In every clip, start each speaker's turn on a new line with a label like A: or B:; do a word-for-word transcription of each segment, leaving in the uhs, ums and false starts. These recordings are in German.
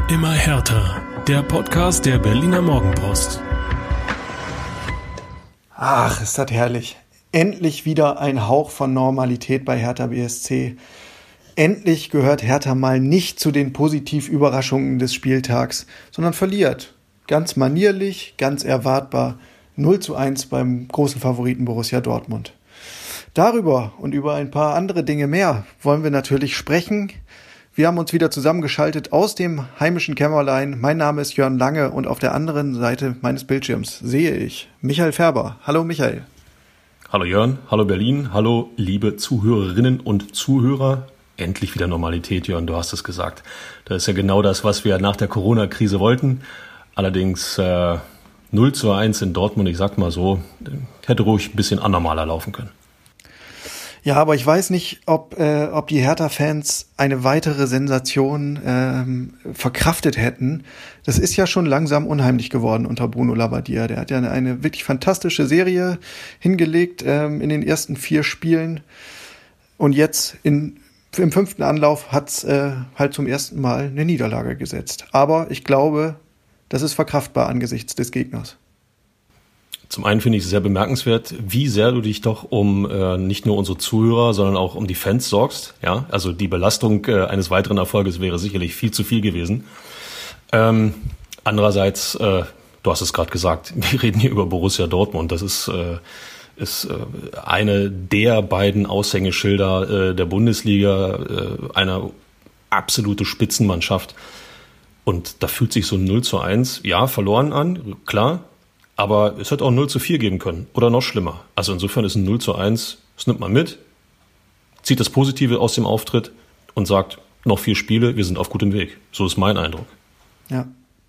A: Immer härter. Der Podcast der Berliner Morgenpost.
B: Ach, ist das herrlich. Endlich wieder ein Hauch von Normalität bei Hertha B S C. Endlich gehört Hertha mal nicht zu den Positivüberraschungen des Spieltags, sondern verliert. Ganz manierlich, ganz erwartbar. null zu eins beim großen Favoriten Borussia Dortmund. Darüber und über ein paar andere Dinge mehr wollen wir natürlich sprechen. Wir haben uns wieder zusammengeschaltet aus dem heimischen Kämmerlein. Mein Name ist Jörn Lange und auf der anderen Seite meines Bildschirms sehe ich Michael Färber. Hallo Michael.
C: Hallo Jörn, hallo Berlin, hallo liebe Zuhörerinnen und Zuhörer. Endlich wieder Normalität, Jörn, du hast es gesagt. Das ist ja genau das, was wir nach der Corona-Krise wollten. Allerdings äh, null zu eins in Dortmund, ich sag mal so, hätte ruhig ein bisschen anormaler laufen können.
B: Ja, aber ich weiß nicht, ob, äh, ob die Hertha-Fans eine weitere Sensation ähm, verkraftet hätten. Das ist ja schon langsam unheimlich geworden unter Bruno Labbadia. Der hat ja eine, eine wirklich fantastische Serie hingelegt ähm, in den ersten vier Spielen. Und jetzt in, im fünften Anlauf hat's äh, halt zum ersten Mal eine Niederlage gesetzt. Aber ich glaube, das ist verkraftbar angesichts des Gegners.
C: Zum einen finde ich es sehr bemerkenswert, wie sehr du dich doch um äh, nicht nur unsere Zuhörer, sondern auch um die Fans sorgst. Ja, also die Belastung äh, eines weiteren Erfolges wäre sicherlich viel zu viel gewesen. Ähm, andererseits, äh, du hast es gerade gesagt, wir reden hier über Borussia Dortmund. Das ist, äh, ist äh, eine der beiden Aushängeschilder äh, der Bundesliga, äh, eine absolute Spitzenmannschaft. Und da fühlt sich so ein null zu eins, ja, verloren an, klar. Aber es hätte auch null zu vier geben können oder noch schlimmer. Also insofern ist ein null zu eins, das nimmt man mit, zieht das Positive aus dem Auftritt und sagt, noch vier Spiele, wir sind auf gutem Weg. So ist mein Eindruck.
B: Ja.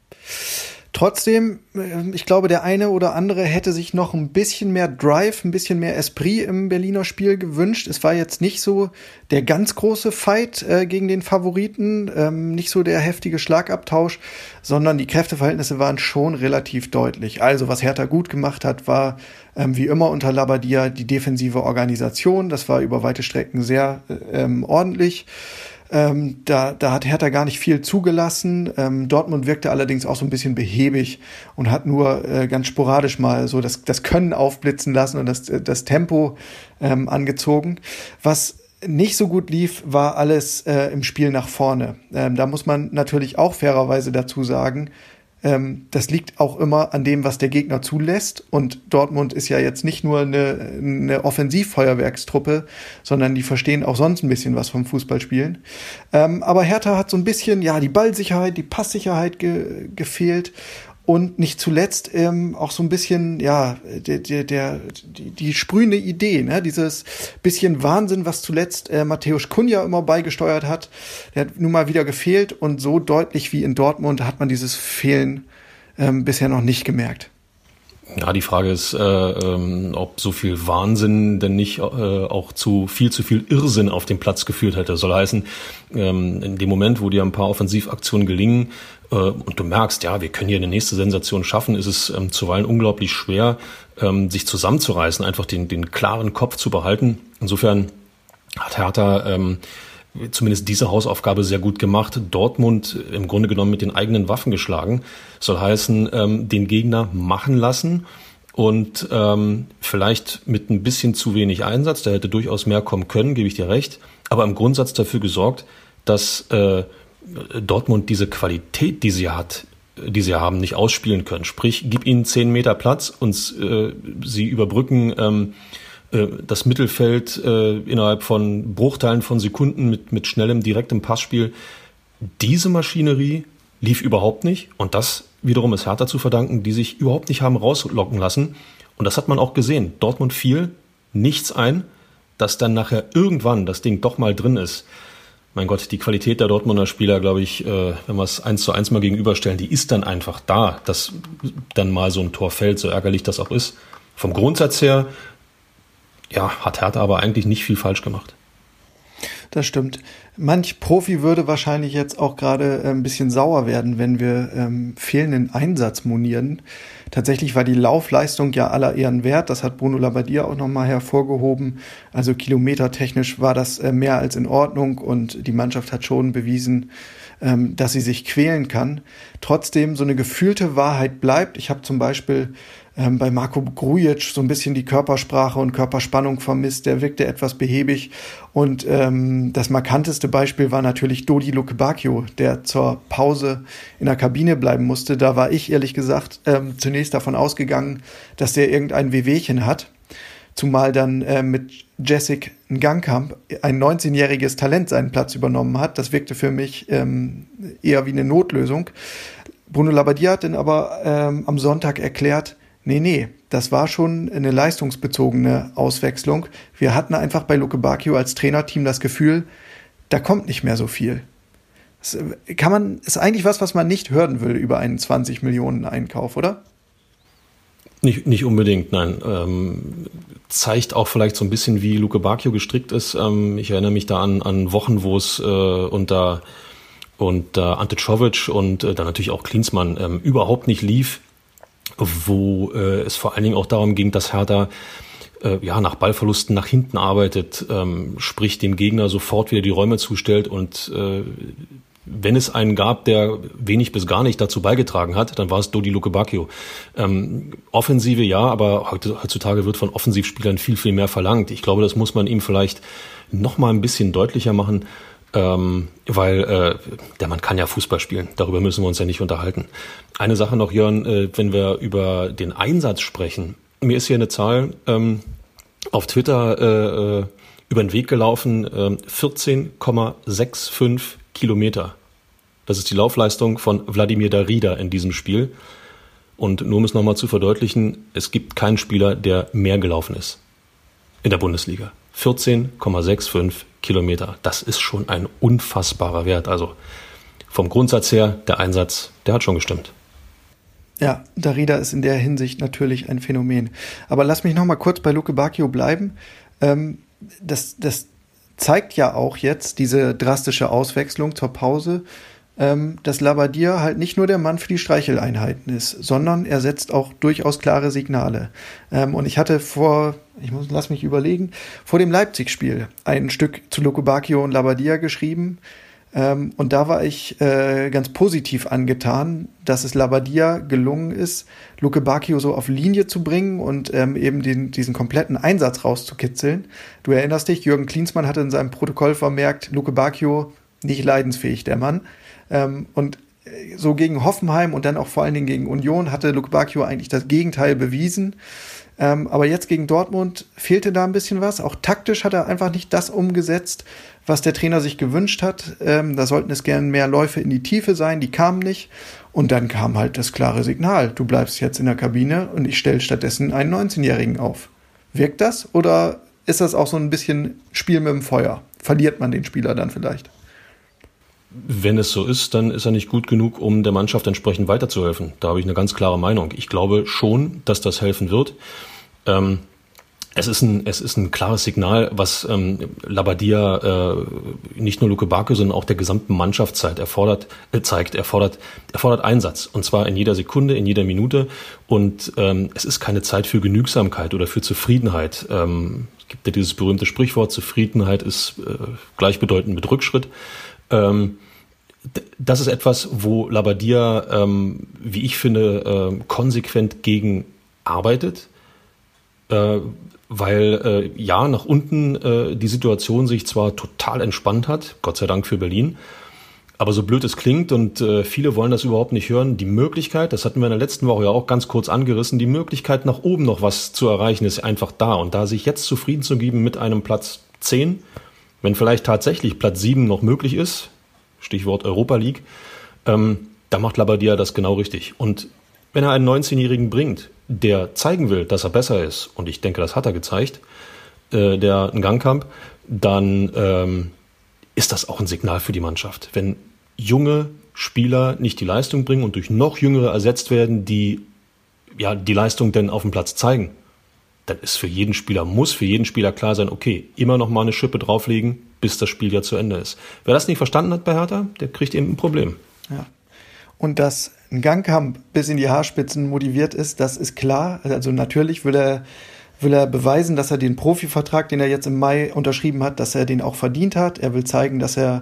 B: Trotzdem, ich glaube, der eine oder andere hätte sich noch ein bisschen mehr Drive, ein bisschen mehr Esprit im Berliner Spiel gewünscht. Es war jetzt nicht so der ganz große Fight äh, gegen den Favoriten, ähm, nicht so der heftige Schlagabtausch, sondern die Kräfteverhältnisse waren schon relativ deutlich. Also was Hertha gut gemacht hat, war ähm, wie immer unter Labbadia die defensive Organisation. Das war über weite Strecken sehr ähm, ordentlich. Ähm, da, da hat Hertha gar nicht viel zugelassen. Ähm, Dortmund wirkte allerdings auch so ein bisschen behäbig und hat nur äh, ganz sporadisch mal so das, das Können aufblitzen lassen und das, das Tempo ähm, angezogen. Was nicht so gut lief, war alles äh, im Spiel nach vorne. Ähm, da muss man natürlich auch fairerweise dazu sagen, ähm, das liegt auch immer an dem, was der Gegner zulässt. Und Dortmund ist ja jetzt nicht nur eine, eine Offensivfeuerwerkstruppe, sondern die verstehen auch sonst ein bisschen was vom Fußballspielen. Ähm, aber Hertha hat so ein bisschen, ja, die Ballsicherheit, die Passsicherheit ge- gefehlt. Und nicht zuletzt ähm, auch so ein bisschen, ja, der, der, der, die, die sprühende Idee, ne? Dieses bisschen Wahnsinn, was zuletzt äh, Mateusz Cunha immer beigesteuert hat. Der hat nun mal wieder gefehlt und so deutlich wie in Dortmund hat man dieses Fehlen ähm, bisher noch nicht gemerkt.
C: Ja, die Frage ist, äh, ähm, ob so viel Wahnsinn denn nicht äh, auch zu viel zu viel Irrsinn auf dem Platz geführt hätte. Soll heißen, ähm, in dem Moment, wo dir ein paar Offensivaktionen gelingen äh, und du merkst, ja, wir können hier eine nächste Sensation schaffen, ist es ähm, zuweilen unglaublich schwer, ähm, sich zusammenzureißen, einfach den, den klaren Kopf zu behalten. Insofern hat Hertha ähm, zumindest diese Hausaufgabe sehr gut gemacht. Dortmund im Grunde genommen mit den eigenen Waffen geschlagen. Soll heißen, ähm, den Gegner machen lassen und ähm, vielleicht mit ein bisschen zu wenig Einsatz, da hätte durchaus mehr kommen können, gebe ich dir recht, aber im Grundsatz dafür gesorgt, dass äh, Dortmund diese Qualität, die sie hat, die sie haben, nicht ausspielen können. Sprich, gib ihnen zehn Meter Platz und äh, sie überbrücken ähm, das Mittelfeld äh, innerhalb von Bruchteilen von Sekunden mit, mit schnellem, direktem Passspiel. Diese Maschinerie lief überhaupt nicht und das wiederum ist Hertha zu verdanken, die sich überhaupt nicht haben rauslocken lassen und das hat man auch gesehen. Dortmund fiel nichts ein, dass dann nachher irgendwann das Ding doch mal drin ist. Mein Gott, die Qualität der Dortmunder Spieler, glaube ich, äh, wenn wir es eins zu eins mal gegenüberstellen, die ist dann einfach da, dass dann mal so ein Tor fällt, so ärgerlich das auch ist. Vom Grundsatz her ja, hat Hertha aber eigentlich nicht viel falsch gemacht.
B: Das stimmt. Manch Profi würde wahrscheinlich jetzt auch gerade ein bisschen sauer werden, wenn wir ähm, fehlenden Einsatz monieren. Tatsächlich war die Laufleistung ja aller Ehren wert. Das hat Bruno Labbadia auch nochmal hervorgehoben. Also kilometertechnisch war das äh, mehr als in Ordnung und die Mannschaft hat schon bewiesen, ähm, dass sie sich quälen kann. Trotzdem so eine gefühlte Wahrheit bleibt. Ich habe zum Beispiel ähm, bei Marko Grujic so ein bisschen die Körpersprache und Körperspannung vermisst. Der wirkte etwas behäbig. Und ähm, das markanteste Beispiel war natürlich Dodi Lukebakio, der zur Pause in der Kabine bleiben musste. Da war ich ehrlich gesagt ähm, zunächst davon ausgegangen, dass der irgendein Wehwehchen hat. Zumal dann äh, mit Jessic Ngankamp ein neunzehnjähriges Talent seinen Platz übernommen hat. Das wirkte für mich ähm, eher wie eine Notlösung. Bruno Labbadia hat dann aber ähm, am Sonntag erklärt, nee, nee, das war schon eine leistungsbezogene Auswechslung. Wir hatten einfach bei Lukebakio als Trainerteam das Gefühl, da kommt nicht mehr so viel. Das kann man, ist eigentlich was, was man nicht hören will über einen zwanzig Millionen Einkauf, oder?
C: Nicht, nicht unbedingt, nein. Ähm, zeigt auch vielleicht so ein bisschen, wie Lukebakio gestrickt ist. Ähm, ich erinnere mich da an, an Wochen, wo es äh, unter, unter Ante Czovic und äh, dann natürlich auch Klinsmann ähm, überhaupt nicht lief, wo äh, es vor allen Dingen auch darum ging, dass Hertha äh, ja nach Ballverlusten nach hinten arbeitet, ähm, sprich dem Gegner sofort wieder die Räume zustellt und äh, wenn es einen gab, der wenig bis gar nicht dazu beigetragen hat, dann war es Dodi Lukebakio. Ähm, Offensive ja, aber heutzutage wird von Offensivspielern viel, viel mehr verlangt. Ich glaube, das muss man ihm vielleicht noch mal ein bisschen deutlicher machen, ähm, weil äh, der Mann kann ja Fußball spielen. Darüber müssen wir uns ja nicht unterhalten. Eine Sache noch, Jörn, äh, wenn wir über den Einsatz sprechen. Mir ist hier eine Zahl ähm, auf Twitter äh, über den Weg gelaufen, äh, vierzehn Komma fünfundsechzig Kilometer. Das ist die Laufleistung von Vladimir Darida in diesem Spiel. Und nur um es nochmal zu verdeutlichen, es gibt keinen Spieler, der mehr gelaufen ist in der Bundesliga. vierzehn Komma fünfundsechzig Kilometer. Das ist schon ein unfassbarer Wert. Also vom Grundsatz her, der Einsatz, der hat schon gestimmt.
B: Ja, Darida ist in der Hinsicht natürlich ein Phänomen. Aber lass mich nochmal kurz bei Lukebakio bleiben. Ähm, das, das zeigt ja auch jetzt diese drastische Auswechslung zur Pause, ähm, dass Labbadia halt nicht nur der Mann für die Streicheleinheiten ist, sondern er setzt auch durchaus klare Signale. Ähm, und ich hatte vor, ich muss, lass mich überlegen, vor dem Leipzig-Spiel ein Stück zu Lukebakio und Labbadia geschrieben. Ähm, und da war ich äh, ganz positiv angetan, dass es Labbadia gelungen ist, Lukebakio so auf Linie zu bringen und ähm, eben den, diesen kompletten Einsatz rauszukitzeln. Du erinnerst dich, Jürgen Klinsmann hatte in seinem Protokoll vermerkt, Lukebakio nicht leidensfähig, der Mann. Ähm, und so gegen Hoffenheim und dann auch vor allen Dingen gegen Union hatte Lukebakio eigentlich das Gegenteil bewiesen. Ähm, aber jetzt gegen Dortmund fehlte da ein bisschen was. Auch taktisch hat er einfach nicht das umgesetzt, was der Trainer sich gewünscht hat. Ähm, da sollten es gern mehr Läufe in die Tiefe sein, die kamen nicht. Und dann kam halt das klare Signal, du bleibst jetzt in der Kabine und ich stelle stattdessen einen neunzehnjährigen auf. Wirkt das oder ist das auch so ein bisschen Spiel mit dem Feuer? Verliert man den Spieler dann vielleicht?
C: Wenn es so ist, dann ist er nicht gut genug, um der Mannschaft entsprechend weiterzuhelfen. Da habe ich eine ganz klare Meinung. Ich glaube schon, dass das helfen wird. Ähm, es ist ein, es ist ein klares Signal, was ähm, Labbadia äh, nicht nur Lukebakio, sondern auch der gesamten Mannschaftszeit erfordert, äh, zeigt. Er fordert, er fordert Einsatz. Und zwar in jeder Sekunde, in jeder Minute. Und ähm, es ist keine Zeit für Genügsamkeit oder für Zufriedenheit. Ähm, es gibt ja dieses berühmte Sprichwort, Zufriedenheit ist äh, gleichbedeutend mit Rückschritt. Ähm, das ist etwas, wo Labbadia, ähm, wie ich finde, äh, konsequent gegen arbeitet, äh, weil äh, ja, nach unten äh, die Situation sich zwar total entspannt hat, Gott sei Dank für Berlin, aber so blöd es klingt und äh, viele wollen das überhaupt nicht hören, die Möglichkeit, das hatten wir in der letzten Woche ja auch ganz kurz angerissen, die Möglichkeit nach oben noch was zu erreichen ist einfach da und da sich jetzt zufrieden zu geben mit einem Platz zehn, wenn vielleicht tatsächlich Platz sieben noch möglich ist, Stichwort Europa League, ähm, da macht Labbadia das genau richtig. Und wenn er einen neunzehnjährigen bringt, der zeigen will, dass er besser ist, und ich denke, das hat er gezeigt, äh, der Ngankamp, dann ähm, ist das auch ein Signal für die Mannschaft. Wenn junge Spieler nicht die Leistung bringen und durch noch jüngere ersetzt werden, die ja die Leistung denn auf dem Platz zeigen, dann ist für jeden Spieler, muss für jeden Spieler klar sein, okay, immer noch mal eine Schippe drauflegen, bis das Spiel ja zu Ende ist. Wer das nicht verstanden hat bei Hertha, der kriegt eben ein Problem.
B: Ja. Und dass Ngankamp bis in die Haarspitzen motiviert ist, das ist klar. Also natürlich will er, will er beweisen, dass er den Profivertrag, den er jetzt im Mai unterschrieben hat, dass er den auch verdient hat. Er will zeigen, dass er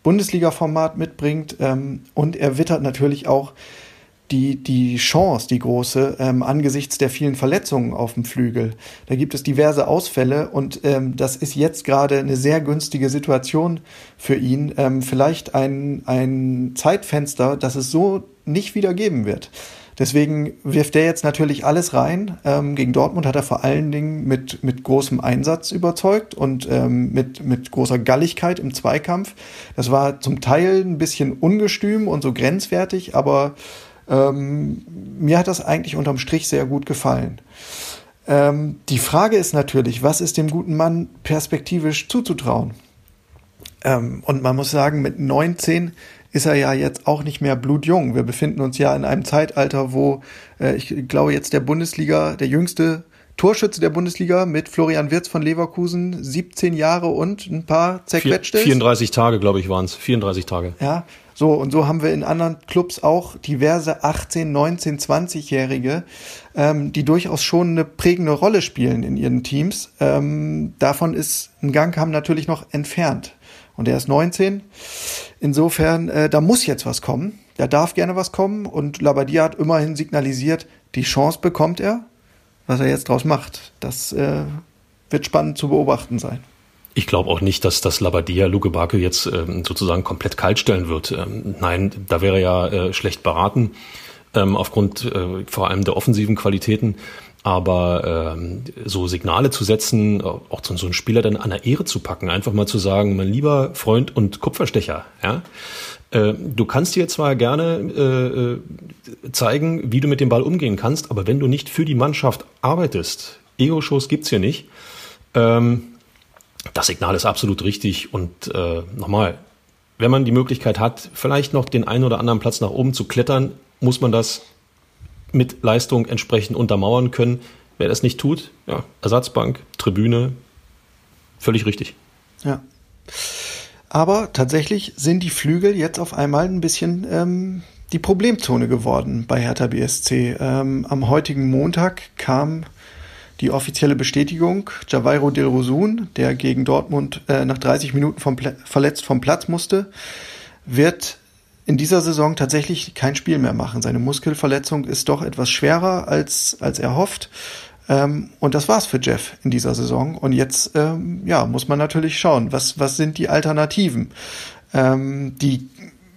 B: Bundesliga-Format mitbringt. Ähm, und er wittert natürlich auch die, die Chance, die große, ähm, angesichts der vielen Verletzungen auf dem Flügel. Da gibt es diverse Ausfälle und ähm, das ist jetzt gerade eine sehr günstige Situation für ihn. Ähm, vielleicht ein, ein Zeitfenster, das es so nicht wieder geben wird. Deswegen wirft er jetzt natürlich alles rein. Ähm, gegen Dortmund hat er vor allen Dingen mit, mit großem Einsatz überzeugt und ähm, mit, mit großer Galligkeit im Zweikampf. Das war zum Teil ein bisschen ungestüm und so grenzwertig, aber ähm, mir hat das eigentlich unterm Strich sehr gut gefallen. Ähm, die Frage ist natürlich, was ist dem guten Mann perspektivisch zuzutrauen? Ähm, und man muss sagen, mit neunzehn ist er ja jetzt auch nicht mehr blutjung. Wir befinden uns ja in einem Zeitalter, wo äh, ich glaube jetzt der Bundesliga, der jüngste Torschütze der Bundesliga mit Florian Wirtz von Leverkusen, siebzehn Jahre und ein paar zerquetscht ist.
C: vierunddreißig Tage, glaube ich, waren es. vierunddreißig Tage.
B: Ja, so und so haben wir in anderen Clubs auch diverse achtzehn, neunzehn, zwanzigjährige, ähm, die durchaus schon eine prägende Rolle spielen in ihren Teams. Ähm, davon ist Ngannou natürlich noch entfernt. Und er ist neunzehn. Insofern, äh, da muss jetzt was kommen. Da darf gerne was kommen. Und Labbadia hat immerhin signalisiert, die Chance bekommt er. Was er jetzt draus macht, das äh, wird spannend zu beobachten sein.
C: Ich glaube auch nicht, dass das Labbadia Luke Bacchio jetzt ähm, sozusagen komplett kalt stellen wird. Ähm, nein, da wäre er ja äh, schlecht beraten, ähm, aufgrund äh, vor allem der offensiven Qualitäten. Aber ähm, so Signale zu setzen, auch so einen Spieler dann an der Ehre zu packen, einfach mal zu sagen, mein lieber Freund und Kupferstecher, ja, äh, du kannst dir zwar gerne äh, zeigen, wie du mit dem Ball umgehen kannst, aber wenn du nicht für die Mannschaft arbeitest, Ego-Shows gibt's hier nicht, ähm, das Signal ist absolut richtig. Und äh, nochmal, wenn man die Möglichkeit hat, vielleicht noch den einen oder anderen Platz nach oben zu klettern, muss man das mit Leistung entsprechend untermauern können. Wer das nicht tut, ja, Ersatzbank, Tribüne, völlig richtig.
B: Ja. Aber tatsächlich sind die Flügel jetzt auf einmal ein bisschen ähm, die Problemzone geworden bei Hertha B S C. Ähm, am heutigen Montag kam die offizielle Bestätigung, Javairo Dilrosun, der gegen Dortmund äh, nach dreißig Minuten vom Pla- verletzt vom Platz musste, wird in dieser Saison tatsächlich kein Spiel mehr machen. Seine Muskelverletzung ist doch etwas schwerer als als er hofft. Ähm, und das war's für Jeff in dieser Saison. Und jetzt ähm, ja muss man natürlich schauen, was was sind die Alternativen. Ähm, die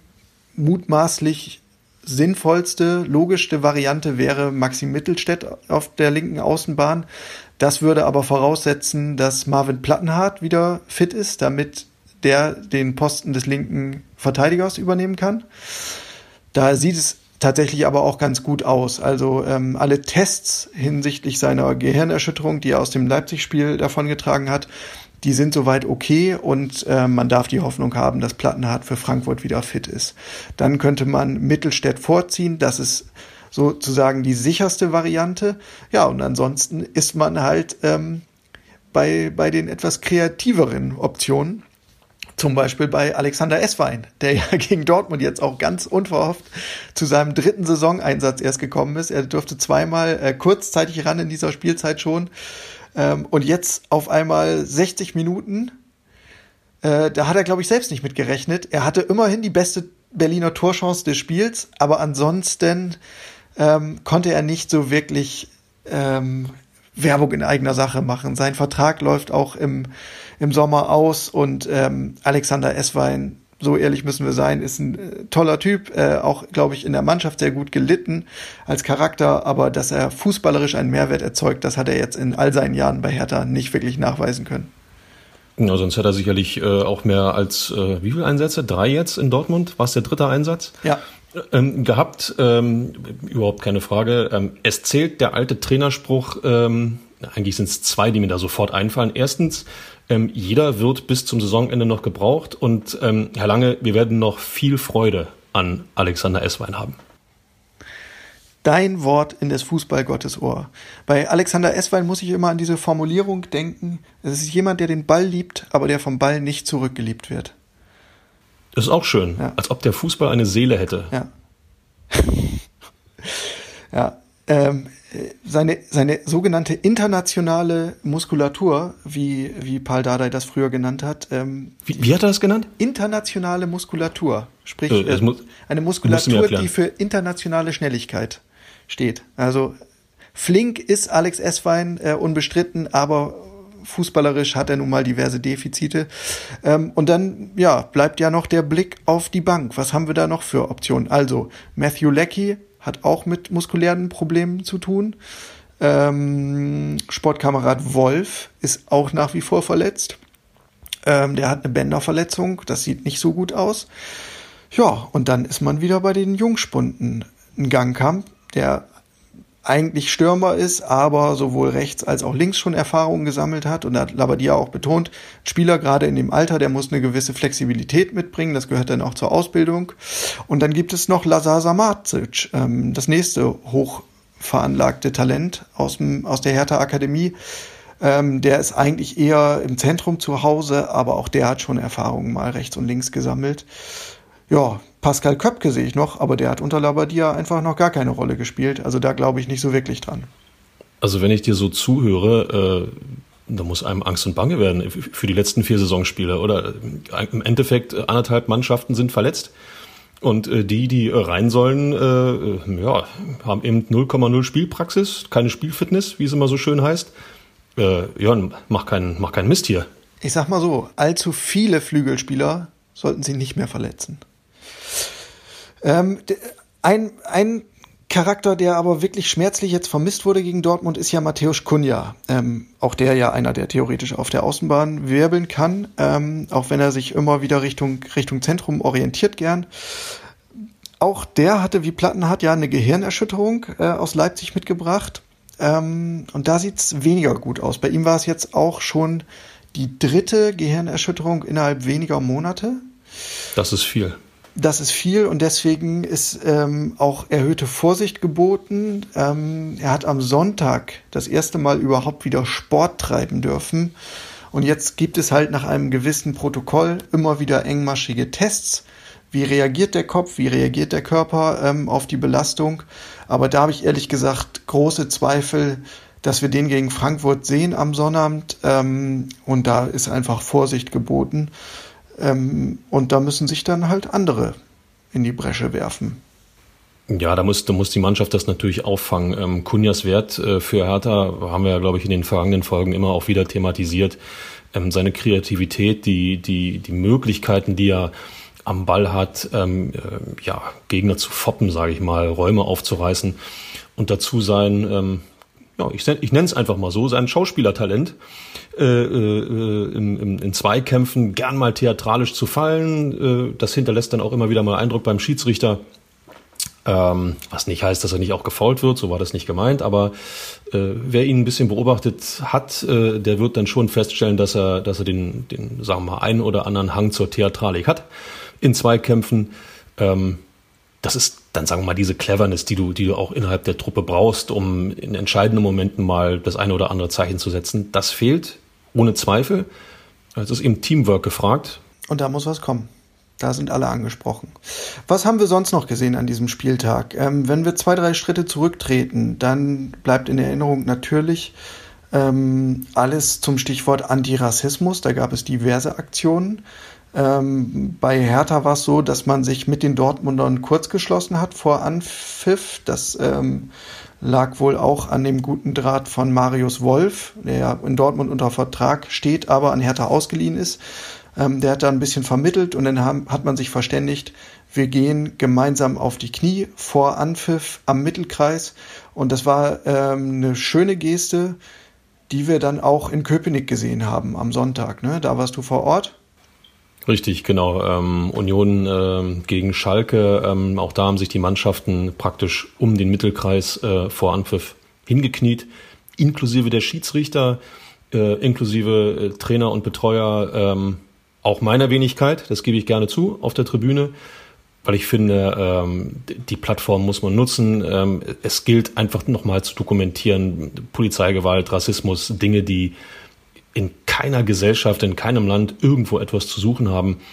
B: mutmaßlich sinnvollste, logischste Variante wäre Maxim Mittelstädt auf der linken Außenbahn. Das würde aber voraussetzen, dass Marvin Plattenhardt wieder fit ist, damit der den Posten des linken Verteidigers übernehmen kann. Da sieht es tatsächlich aber auch ganz gut aus. Also ähm, alle Tests hinsichtlich seiner Gehirnerschütterung, die er aus dem Leipzig-Spiel davongetragen hat, die sind soweit okay und äh, man darf die Hoffnung haben, dass Plattenhardt für Frankfurt wieder fit ist. Dann könnte man Mittelstädt vorziehen, das ist sozusagen die sicherste Variante. Ja, und ansonsten ist man halt ähm, bei, bei den etwas kreativeren Optionen. Zum Beispiel bei Alexander Esswein, der ja gegen Dortmund jetzt auch ganz unverhofft zu seinem dritten Saisoneinsatz erst gekommen ist. Er durfte zweimal äh, kurzzeitig ran in dieser Spielzeit schon. Ähm, und jetzt auf einmal sechzig Minuten. Äh, da hat er, glaube ich, selbst nicht mit gerechnet. Er hatte immerhin die beste Berliner Torchance des Spiels, aber ansonsten ähm, konnte er nicht so wirklich ähm, Werbung in eigener Sache machen. Sein Vertrag läuft auch im, im Sommer aus und ähm, Alexander Esswein, so ehrlich müssen wir sein, ist ein äh, toller Typ, äh, auch, glaube ich, in der Mannschaft sehr gut gelitten als Charakter, aber dass er fußballerisch einen Mehrwert erzeugt, das hat er jetzt in all seinen Jahren bei Hertha nicht wirklich nachweisen können.
C: Ja, sonst hätte er sicherlich äh, auch mehr als, äh, wie viele Einsätze? Drei jetzt in Dortmund? War es der dritte Einsatz?
B: Ja.
C: Ähm, gehabt, ähm, überhaupt keine Frage. Ähm, es zählt der alte Trainerspruch, ähm, eigentlich sind es zwei, die mir da sofort einfallen. Erstens, ähm, jeder wird bis zum Saisonende noch gebraucht und ähm, Herr Lange, wir werden noch viel Freude an Alexander Esswein haben.
B: Dein Wort in des Fußballgottes Ohr. Bei Alexander Esswein muss ich immer an diese Formulierung denken, es ist jemand, der den Ball liebt, aber der vom Ball nicht zurückgeliebt wird.
C: Das ist auch schön, ja. Als ob der Fußball eine Seele hätte.
B: Ja. ja. Ähm, seine, seine sogenannte internationale Muskulatur, wie, wie Paul Dardai das früher genannt hat. Ähm,
C: wie, wie hat er das genannt?
B: Internationale Muskulatur. Sprich,
C: äh,
B: äh,
C: muss,
B: eine Muskulatur, die für internationale Schnelligkeit steht. Also flink ist Alex Esswein äh, unbestritten, aber fußballerisch hat er nun mal diverse Defizite. Ähm, und dann, ja, bleibt ja noch der Blick auf die Bank. Was haben wir da noch für Optionen? Also, Matthew Leckie hat auch mit muskulären Problemen zu tun. Ähm, Sportkamerad Wolf ist auch nach wie vor verletzt. Ähm, der hat eine Bänderverletzung. Das sieht nicht so gut aus. Ja, und dann ist man wieder bei den Jungspunden. Ein Gangkamp, der eigentlich Stürmer ist, aber sowohl rechts als auch links schon Erfahrungen gesammelt hat. Und da hat Labbadia auch betont, ein Spieler gerade in dem Alter, der muss eine gewisse Flexibilität mitbringen. Das gehört dann auch zur Ausbildung. Und dann gibt es noch Lazar Samardzic, ähm, das nächste hochveranlagte Talent aus dem, aus der Hertha-Akademie. Ähm, der ist eigentlich eher im Zentrum zu Hause, aber auch der hat schon Erfahrungen mal rechts und links gesammelt. Ja, Pascal Köpke sehe ich noch, aber der hat unter Labbadia einfach noch gar keine Rolle gespielt. Also da glaube ich nicht so wirklich dran.
C: Also wenn ich dir so zuhöre, äh, da muss einem Angst und Bange werden für die letzten vier Saisonspiele, oder? Im Endeffekt anderthalb Mannschaften sind verletzt und äh, die, die rein sollen, äh, ja, haben eben null Komma null Spielpraxis, keine Spielfitness, wie es immer so schön heißt. Äh, Jörn, mach keinen, mach keinen Mist hier.
B: Ich sag mal so, allzu viele Flügelspieler sollten sie nicht mehr verletzen. Ähm, ein, ein Charakter, der aber wirklich schmerzlich jetzt vermisst wurde gegen Dortmund, ist ja Mateusz Cunha. Ähm, auch der ja einer, der theoretisch auf der Außenbahn wirbeln kann, ähm, auch wenn er sich immer wieder Richtung, Richtung Zentrum orientiert gern. Auch der hatte wie Plattenhardt ja eine Gehirnerschütterung äh, aus Leipzig mitgebracht. Ähm, und da sieht's weniger gut aus. Bei ihm war es jetzt auch schon die dritte Gehirnerschütterung innerhalb weniger Monate.
C: Das ist viel.
B: Das ist viel und deswegen ist ähm, auch erhöhte Vorsicht geboten. Ähm, er hat am Sonntag das erste Mal überhaupt wieder Sport treiben dürfen. Und jetzt gibt es halt nach einem gewissen Protokoll immer wieder engmaschige Tests. Wie reagiert der Kopf, wie reagiert der Körper ähm, auf die Belastung? Aber da habe ich ehrlich gesagt große Zweifel, dass wir den gegen Frankfurt sehen am Sonnabend. Ähm, und da ist einfach Vorsicht geboten. Ähm, und da müssen sich dann halt andere in die Bresche werfen.
C: Ja, da muss, da muss die Mannschaft das natürlich auffangen. Ähm, Cunhas Wert äh, für Hertha haben wir, glaube ich, in den vergangenen Folgen immer auch wieder thematisiert. Ähm, seine Kreativität, die, die, die Möglichkeiten, die er am Ball hat, ähm, äh, ja, Gegner zu foppen, sage ich mal, Räume aufzureißen und dazu sein, ähm, ja, ich, ich nenne es einfach mal so, sein Schauspielertalent, äh, äh, in, in, in Zweikämpfen gern mal theatralisch zu fallen. Äh, das hinterlässt dann auch immer wieder mal Eindruck beim Schiedsrichter. Ähm, was nicht heißt, dass er nicht auch gefoult wird, so war das nicht gemeint, aber äh, wer ihn ein bisschen beobachtet hat, äh, der wird dann schon feststellen, dass er, dass er den, den, sagen wir mal, einen oder anderen Hang zur Theatralik hat in Zweikämpfen. Ähm, das ist dann, sagen wir mal, diese Cleverness, die du, die du auch innerhalb der Truppe brauchst, um in entscheidenden Momenten mal das eine oder andere Zeichen zu setzen. Das fehlt, ohne Zweifel. Es ist eben Teamwork gefragt.
B: Und da muss was kommen. Da sind alle angesprochen. Was haben wir sonst noch gesehen an diesem Spieltag? Ähm, wenn wir zwei, drei Schritte zurücktreten, dann bleibt in Erinnerung natürlich ähm, alles zum Stichwort Antirassismus. Da gab es diverse Aktionen. Ähm, bei Hertha war es so, dass man sich mit den Dortmundern kurzgeschlossen hat vor Anpfiff. Das ähm, lag wohl auch an dem guten Draht von Marius Wolf, der in Dortmund unter Vertrag steht, aber an Hertha ausgeliehen ist. Ähm, der hat da ein bisschen vermittelt und dann haben, hat man sich verständigt, wir gehen gemeinsam auf die Knie vor Anpfiff am Mittelkreis. Und das war ähm, eine schöne Geste, die wir dann auch in Köpenick gesehen haben am Sonntag. Ne? Da warst du vor Ort.
C: Richtig, genau. Ähm, Union ähm, gegen Schalke. Ähm, auch da haben sich die Mannschaften praktisch um den Mittelkreis äh, vor Anpfiff hingekniet, inklusive der Schiedsrichter, äh, inklusive äh, Trainer und Betreuer, ähm, auch meiner Wenigkeit, das gebe ich gerne zu, auf der Tribüne, weil ich finde, ähm, die Plattform muss man nutzen. Ähm, es gilt einfach nochmal zu dokumentieren, Polizeigewalt, Rassismus, Dinge, die in keiner Gesellschaft, in keinem Land irgendwo etwas zu suchen haben.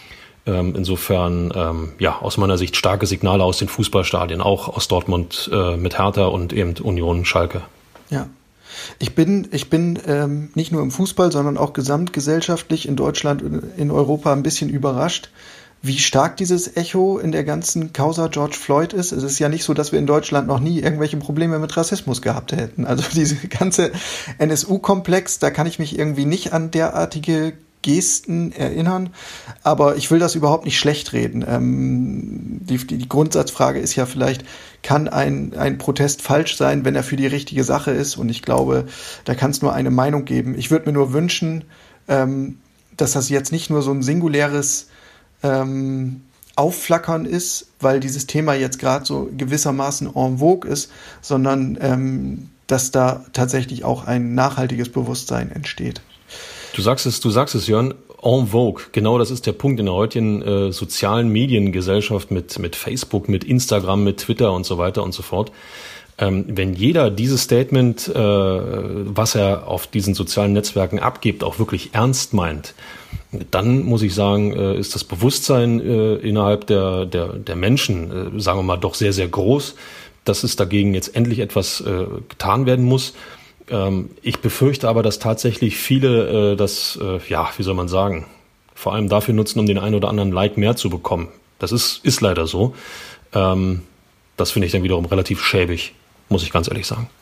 C: Ähm, insofern, ähm, ja, aus meiner Sicht starke Signale aus den Fußballstadien, auch aus Dortmund äh, mit Hertha und eben Union Schalke.
B: Ja. Ich bin, ich bin ähm, nicht nur im Fußball, sondern auch gesamtgesellschaftlich in Deutschland und in Europa ein bisschen überrascht, wie stark dieses Echo in der ganzen Causa George Floyd ist. Es ist ja nicht so, dass wir in Deutschland noch nie irgendwelche Probleme mit Rassismus gehabt hätten. Also diese ganze N S U-Komplex, da kann ich mich irgendwie nicht an derartige Gesten erinnern, aber ich will das überhaupt nicht schlecht reden. Ähm, die, die Grundsatzfrage ist ja vielleicht, kann ein, ein Protest falsch sein, wenn er für die richtige Sache ist? Und ich glaube, da kann es nur eine Meinung geben. Ich würde mir nur wünschen, ähm, dass das jetzt nicht nur so ein singuläres ähm, Aufflackern ist, weil dieses Thema jetzt gerade so gewissermaßen en vogue ist, sondern ähm, dass da tatsächlich auch ein nachhaltiges Bewusstsein entsteht.
C: Du sagst es, du sagst es, Jörn, en vogue. Genau, das ist der Punkt in der heutigen äh, sozialen Mediengesellschaft mit mit Facebook, mit Instagram, mit Twitter und so weiter und so fort. Ähm, wenn jeder dieses Statement, äh, was er auf diesen sozialen Netzwerken abgibt, auch wirklich ernst meint, dann muss ich sagen, äh, ist das Bewusstsein äh, innerhalb der der der Menschen, äh, sagen wir mal, doch sehr sehr groß, dass es dagegen jetzt endlich etwas äh, getan werden muss. Ich befürchte aber, dass tatsächlich viele äh, das, äh, ja, wie soll man sagen, vor allem dafür nutzen, um den einen oder anderen Like mehr zu bekommen. Das ist, ist leider so. Ähm, das finde ich dann wiederum relativ schäbig, muss ich ganz ehrlich sagen.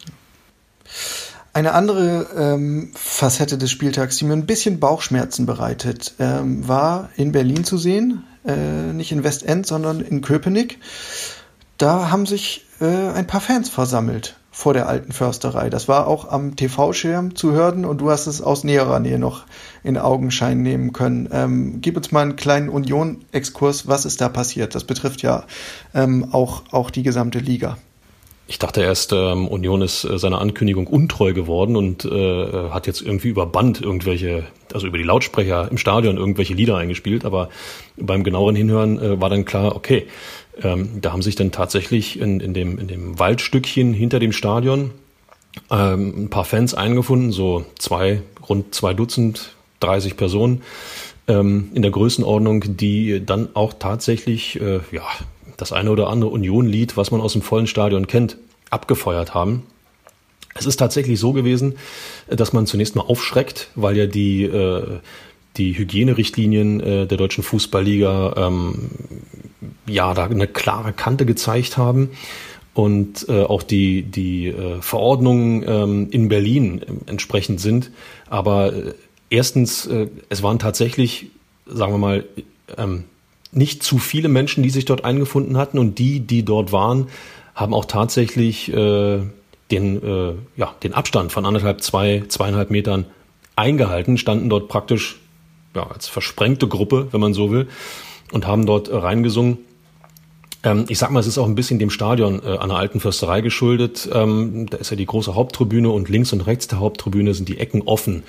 B: Eine andere ähm, Facette des Spieltags, die mir ein bisschen Bauchschmerzen bereitet, ähm, war in Berlin zu sehen. Äh, nicht in Westend, sondern in Köpenick. Da haben sich äh, ein paar Fans versammelt vor der alten Försterei. Das war auch am T V-Schirm zu hören und du hast es aus näherer Nähe noch in Augenschein nehmen können. Ähm, gib uns mal einen kleinen Union-Exkurs, was ist da passiert? Das betrifft ja ähm, auch, auch die gesamte Liga.
C: Ich dachte erst, ähm, Union ist äh, seiner Ankündigung untreu geworden und äh, hat jetzt irgendwie über Band irgendwelche, also über die Lautsprecher im Stadion irgendwelche Lieder eingespielt, aber beim genaueren Hinhören äh, war dann klar, okay, Ähm, da haben sich dann tatsächlich in, in, dem, in dem Waldstückchen hinter dem Stadion ähm, ein paar Fans eingefunden, so zwei, rund zwei Dutzend, dreißig Personen ähm, in der Größenordnung, die dann auch tatsächlich äh, ja, das eine oder andere Union-Lied, was man aus dem vollen Stadion kennt, abgefeuert haben. Es ist tatsächlich so gewesen, dass man zunächst mal aufschreckt, weil ja die äh, die Hygienerichtlinien äh, der deutschen Fußballliga ähm, ja da eine klare Kante gezeigt haben und äh, auch die die äh, Verordnungen ähm, in Berlin äh, entsprechend sind. Aber äh, erstens, äh, es waren tatsächlich, sagen wir mal, ähm, nicht zu viele Menschen, die sich dort eingefunden hatten, und die, die dort waren, haben auch tatsächlich äh, den äh, ja den Abstand von anderthalb, zwei, zweieinhalb Metern eingehalten, standen dort praktisch ja, als versprengte Gruppe, wenn man so will, und haben dort äh, reingesungen. Ähm, ich sag mal, es ist auch ein bisschen dem Stadion äh, an der alten Försterei geschuldet. Ähm, da ist ja die große Haupttribüne und links und rechts der Haupttribüne sind die Ecken offen.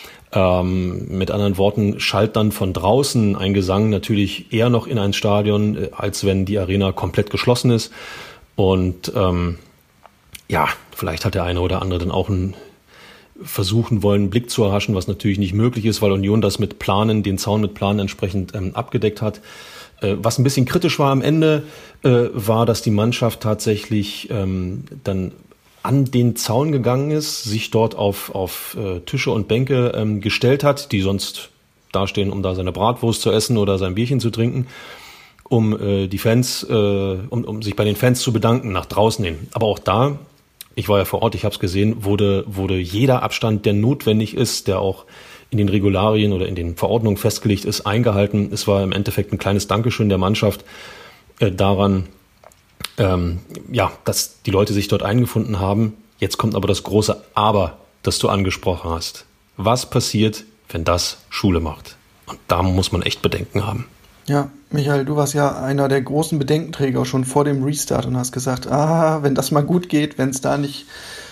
C: Ähm, mit anderen Worten, schallt dann von draußen ein Gesang natürlich eher noch in ein Stadion, äh, als wenn die Arena komplett geschlossen ist. Und ähm, ja, vielleicht hat der eine oder andere dann auch ein versuchen wollen, einen Blick zu erhaschen, was natürlich nicht möglich ist, weil Union das mit Planen, den Zaun mit Planen entsprechend ähm, abgedeckt hat. Äh, was ein bisschen kritisch war am Ende, äh, war, dass die Mannschaft tatsächlich ähm, dann an den Zaun gegangen ist, sich dort auf, auf äh, Tische und Bänke ähm, gestellt hat, die sonst dastehen, um da seine Bratwurst zu essen oder sein Bierchen zu trinken, um äh, die Fans, äh, um, um sich bei den Fans zu bedanken, nach draußen hin. Aber auch da, ich war ja vor Ort, ich habe es gesehen, wurde, wurde jeder Abstand, der notwendig ist, der auch in den Regularien oder in den Verordnungen festgelegt ist, eingehalten. Es war im Endeffekt ein kleines Dankeschön der Mannschaft äh, daran, ähm, ja, dass die Leute sich dort eingefunden haben. Jetzt kommt aber das große Aber, das du angesprochen hast. Was passiert, wenn das Schule macht? Und da muss man echt Bedenken haben.
B: Ja, Michael, du warst ja einer der großen Bedenkenträger schon vor dem Restart und hast gesagt, ah, wenn das mal gut geht, wenn es da nicht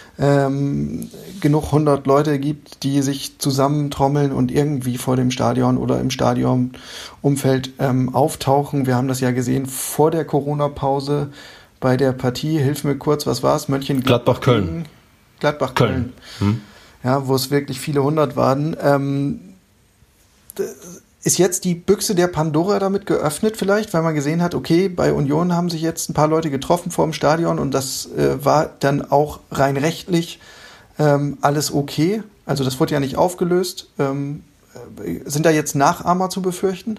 B: ähm, genug hundert Leute gibt, die sich zusammentrommeln und irgendwie vor dem Stadion oder im Stadionumfeld ähm, auftauchen. Wir haben das ja gesehen vor der Corona-Pause bei der Partie, hilf mir kurz, was war es? Mönchengladbach
C: Gladbach-Köln.
B: Gladbach-Köln.
C: Hm?
B: Ja, wo es wirklich viele hundert waren. Ähm, ist jetzt die Büchse der Pandora damit geöffnet vielleicht, weil man gesehen hat, okay, bei Union haben sich jetzt ein paar Leute getroffen vor dem Stadion und das äh, war dann auch rein rechtlich ähm, alles okay. Also das wurde ja nicht aufgelöst. Ähm, äh, sind da jetzt Nachahmer zu befürchten?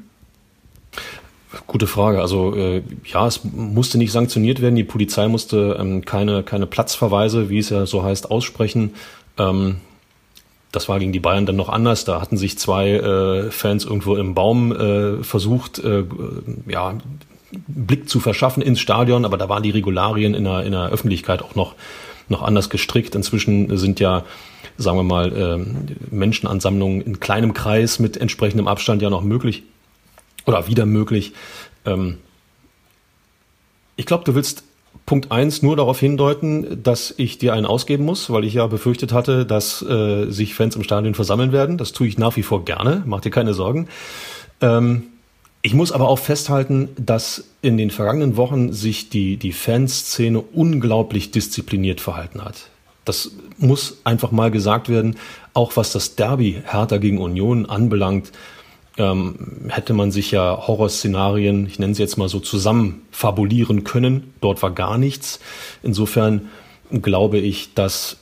C: Gute Frage. Also äh, ja, es musste nicht sanktioniert werden. Die Polizei musste ähm, keine, keine Platzverweise, wie es ja so heißt, aussprechen. Ähm, Das war gegen die Bayern dann noch anders. Da hatten sich zwei äh, Fans irgendwo im Baum äh, versucht, äh, ja, Blick zu verschaffen ins Stadion. Aber da waren die Regularien in der, in der Öffentlichkeit auch noch, noch anders gestrickt. Inzwischen sind ja, sagen wir mal, äh, Menschenansammlungen in kleinem Kreis mit entsprechendem Abstand ja noch möglich oder wieder möglich. Ähm, ich glaube, du willst Punkt eins nur darauf hindeuten, dass ich dir einen ausgeben muss, weil ich ja befürchtet hatte, dass äh, sich Fans im Stadion versammeln werden. Das tue ich nach wie vor gerne, mach dir keine Sorgen. Ähm, ich muss aber auch festhalten, dass in den vergangenen Wochen sich die, die Fanszene unglaublich diszipliniert verhalten hat. Das muss einfach mal gesagt werden, auch was das Derby Hertha gegen Union anbelangt. Ähm, hätte man sich ja Horrorszenarien, ich nenne sie jetzt mal so, zusammen fabulieren können. Dort war gar nichts. Insofern glaube ich, dass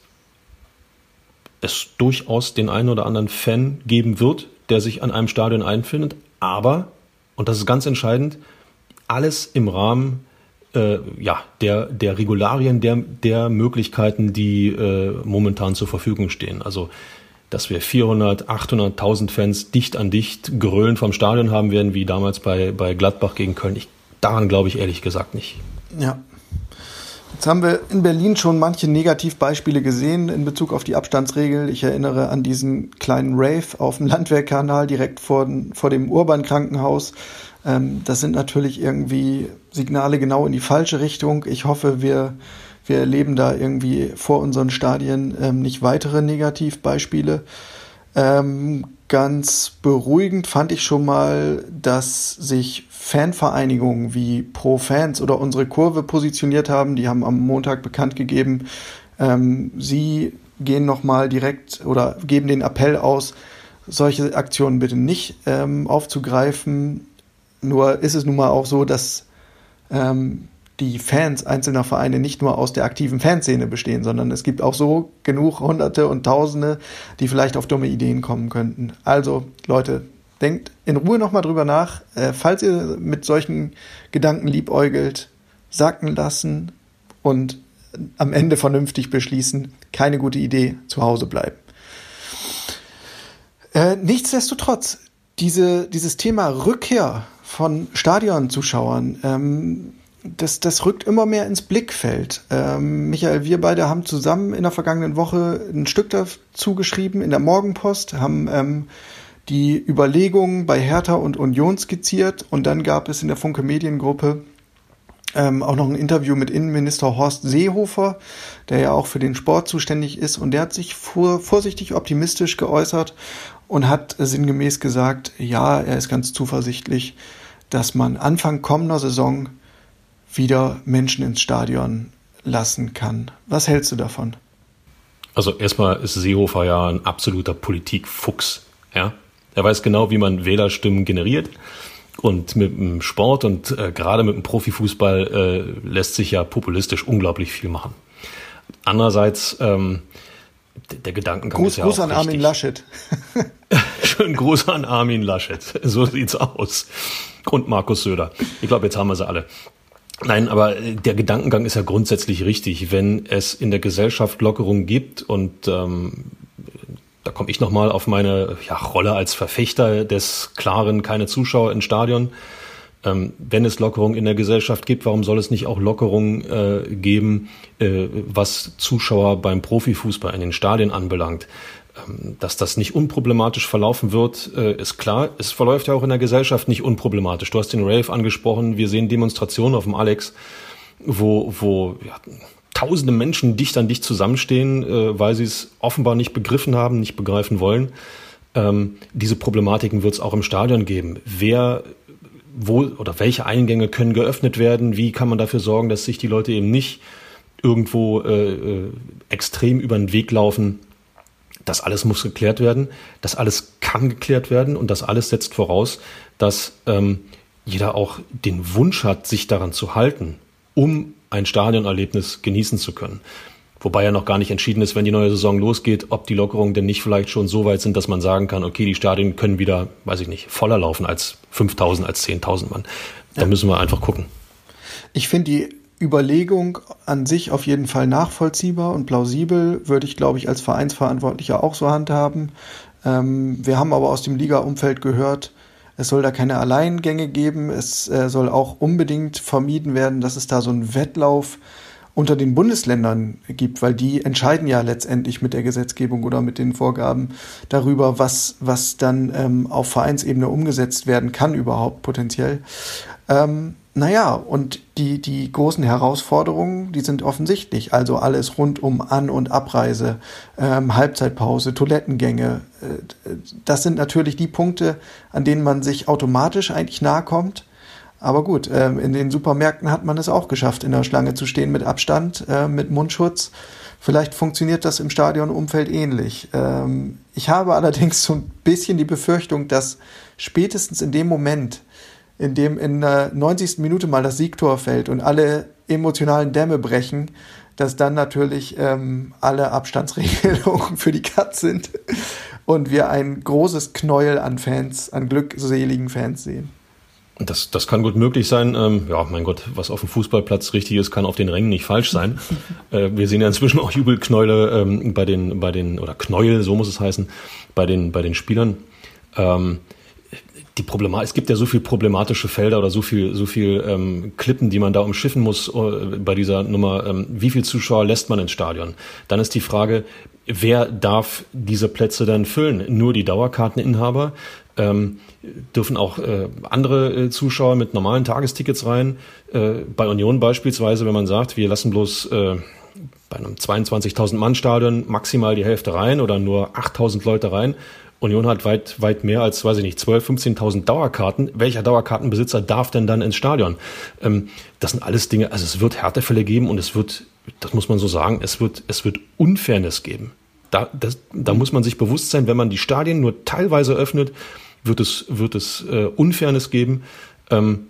C: es durchaus den einen oder anderen Fan geben wird, der sich an einem Stadion einfindet. Aber, und das ist ganz entscheidend, alles im Rahmen äh, ja, der, der Regularien, der, der Möglichkeiten, die äh, momentan zur Verfügung stehen. Also dass wir vierhundert, achthunderttausend Fans dicht an dicht grölend vom Stadion haben werden, wie damals bei, bei Gladbach gegen Köln. Ich, daran glaube ich ehrlich gesagt nicht.
B: Ja. Jetzt haben wir in Berlin schon manche Negativbeispiele gesehen in Bezug auf die Abstandsregel. Ich erinnere an diesen kleinen Rave auf dem Landwehrkanal direkt vor, vor dem Urban-Krankenhaus. Ähm, das sind natürlich irgendwie Signale genau in die falsche Richtung. Ich hoffe, wir Wir erleben da irgendwie vor unseren Stadien ähm, nicht weitere Negativbeispiele. Ähm, ganz beruhigend fand ich schon mal, dass sich Fanvereinigungen wie Pro Fans oder unsere Kurve positioniert haben. Die haben am Montag bekannt gegeben, ähm, sie gehen nochmal direkt oder geben den Appell aus, solche Aktionen bitte nicht ähm, aufzugreifen. Nur ist es nun mal auch so, dass ähm, die Fans einzelner Vereine nicht nur aus der aktiven Fanszene bestehen, sondern es gibt auch so genug Hunderte und Tausende, die vielleicht auf dumme Ideen kommen könnten. Also, Leute, denkt in Ruhe nochmal drüber nach. Äh, falls ihr mit solchen Gedanken liebäugelt, sacken lassen und am Ende vernünftig beschließen, keine gute Idee, zu Hause bleiben. Äh, nichtsdestotrotz, diese, dieses Thema Rückkehr von Stadionzuschauern, ähm, Das, das rückt immer mehr ins Blickfeld. Ähm, Michael, wir beide haben zusammen in der vergangenen Woche ein Stück dazu geschrieben in der Morgenpost, haben ähm, die Überlegungen bei Hertha und Union skizziert und dann gab es in der Funke Mediengruppe ähm, auch noch ein Interview mit Innenminister Horst Seehofer, der ja auch für den Sport zuständig ist, und der hat sich vor, vorsichtig optimistisch geäußert und hat sinngemäß gesagt, ja, er ist ganz zuversichtlich, dass man Anfang kommender Saison wieder Menschen ins Stadion lassen kann. Was hältst du davon?
C: Also erstmal ist Seehofer ja ein absoluter Politikfuchs. Ja? Er weiß genau, wie man Wählerstimmen generiert. Und mit dem Sport und äh, gerade mit dem Profifußball äh, lässt sich ja populistisch unglaublich viel machen. Andererseits, ähm, der, der Gedankengang
B: Gruß,
C: ist ja
B: Gruß
C: auch
B: an
C: richtig.
B: Armin Laschet.
C: Schönen Gruß an Armin Laschet. So sieht's aus. Und Markus Söder. Ich glaube, jetzt haben wir sie alle. Nein, aber der Gedankengang ist ja grundsätzlich richtig. Wenn es in der Gesellschaft Lockerungen gibt, und ähm, da komme ich nochmal auf meine ja, Rolle als Verfechter des klaren, keine Zuschauer ins Stadion. Ähm, wenn es Lockerungen in der Gesellschaft gibt, warum soll es nicht auch Lockerungen äh, geben, äh, was Zuschauer beim Profifußball in den Stadien anbelangt? Ähm, dass das nicht unproblematisch verlaufen wird, äh, ist klar. Es verläuft ja auch in der Gesellschaft nicht unproblematisch. Du hast den Rave angesprochen. Wir sehen Demonstrationen auf dem Alex, wo, wo ja, tausende Menschen dicht an dicht zusammenstehen, äh, weil sie es offenbar nicht begriffen haben, nicht begreifen wollen. Ähm, diese Problematiken wird es auch im Stadion geben. Wer, wo oder welche Eingänge können geöffnet werden? Wie kann man dafür sorgen, dass sich die Leute eben nicht irgendwo äh, äh, extrem über den Weg laufen? das alles muss geklärt werden, das alles kann geklärt werden und das alles setzt voraus, dass ähm, jeder auch den Wunsch hat, sich daran zu halten, um ein Stadionerlebnis genießen zu können. Wobei ja noch gar nicht entschieden ist, wenn die neue Saison losgeht, ob die Lockerungen denn nicht vielleicht schon so weit sind, dass man sagen kann, okay, die Stadien können wieder, weiß ich nicht, voller laufen als fünftausend, als zehntausend Mann. Da ja. müssen wir einfach gucken.
B: Ich finde die Überlegung an sich auf jeden Fall nachvollziehbar und plausibel, würde ich, glaube ich, als Vereinsverantwortlicher auch so handhaben. Ähm, wir haben aber aus dem Liga-Umfeld gehört, es soll da keine Alleingänge geben. Es äh, soll auch unbedingt vermieden werden, dass es da so einen Wettlauf unter den Bundesländern gibt, weil die entscheiden ja letztendlich mit der Gesetzgebung oder mit den Vorgaben darüber, was, was dann ähm, auf Vereinsebene umgesetzt werden kann überhaupt potenziell. Ähm, naja, und die, die großen Herausforderungen, die sind offensichtlich. Also alles rund um An- und Abreise, ähm, Halbzeitpause, Toilettengänge. Äh, das sind natürlich die Punkte, an denen man sich automatisch eigentlich nahe kommt. Aber gut, ähm, in den Supermärkten hat man es auch geschafft, in der Schlange zu stehen mit Abstand, äh, mit Mundschutz. Vielleicht funktioniert das im Stadionumfeld ähnlich. Ähm, ich habe allerdings so ein bisschen die Befürchtung, dass spätestens in dem Moment, in dem in der neunzigsten Minute mal das Siegtor fällt und alle emotionalen Dämme brechen, dass dann natürlich ähm, alle Abstandsregelungen für die Katz sind und wir ein großes Knäuel an Fans, an glückseligen Fans sehen.
C: Das, das kann gut möglich sein. Ähm, ja, mein Gott, was auf dem Fußballplatz richtig ist, kann auf den Rängen nicht falsch sein. äh, wir sehen ja inzwischen auch Jubelknäule ähm, bei den, bei den, oder Knäuel, so muss es heißen, bei den, bei den Spielern. Ähm, die Problematik, es gibt ja so viel problematische Felder oder so viel, so viel ähm, Klippen, die man da umschiffen muss äh, bei dieser Nummer. Ähm, wie viel Zuschauer lässt man ins Stadion? Dann ist die Frage, wer darf diese Plätze dann füllen? Nur die Dauerkarteninhaber? Ähm, dürfen auch äh, andere äh, Zuschauer mit normalen Tagestickets rein? Äh, bei Union beispielsweise, wenn man sagt, wir lassen bloß äh, bei einem zweiundzwanzigtausend Mann Stadion maximal die Hälfte rein oder nur achttausend Leute rein. Union hat weit, weit mehr als, weiß ich nicht, zwölftausend, fünfzehntausend Dauerkarten. Welcher Dauerkartenbesitzer darf denn dann ins Stadion? Ähm, das sind alles Dinge, also es wird Härtefälle geben und es wird, das muss man so sagen, es wird, es wird Unfairness geben. Da, das, da muss man sich bewusst sein, wenn man die Stadien nur teilweise öffnet, wird es, wird es äh, Unfairness geben. Ähm,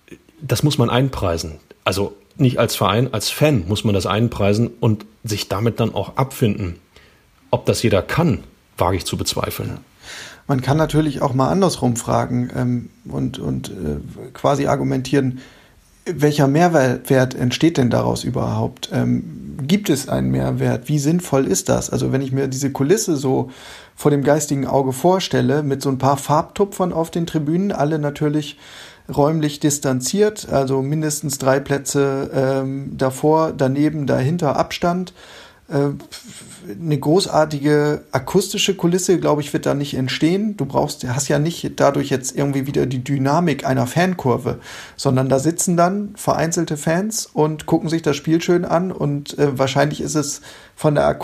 C: das muss man einpreisen. Also nicht als Verein, als Fan muss man das einpreisen und sich damit dann auch abfinden. Ob das jeder kann, wage ich zu bezweifeln.
B: Man kann natürlich auch mal andersrum fragen ähm, und, und äh, quasi argumentieren, welcher Mehrwert entsteht denn daraus überhaupt? Ähm, gibt es einen Mehrwert? Wie sinnvoll ist das? Also wenn ich mir diese Kulisse so vor dem geistigen Auge vorstelle, mit so ein paar Farbtupfern auf den Tribünen, alle natürlich räumlich distanziert, also mindestens drei Plätze ähm, davor, daneben, dahinter Abstand. Äh, eine großartige akustische Kulisse, glaube ich, wird da nicht entstehen. Du brauchst, hast ja nicht dadurch jetzt irgendwie wieder die Dynamik einer Fankurve, sondern da sitzen dann vereinzelte Fans und gucken sich das Spiel schön an und äh, wahrscheinlich ist es von der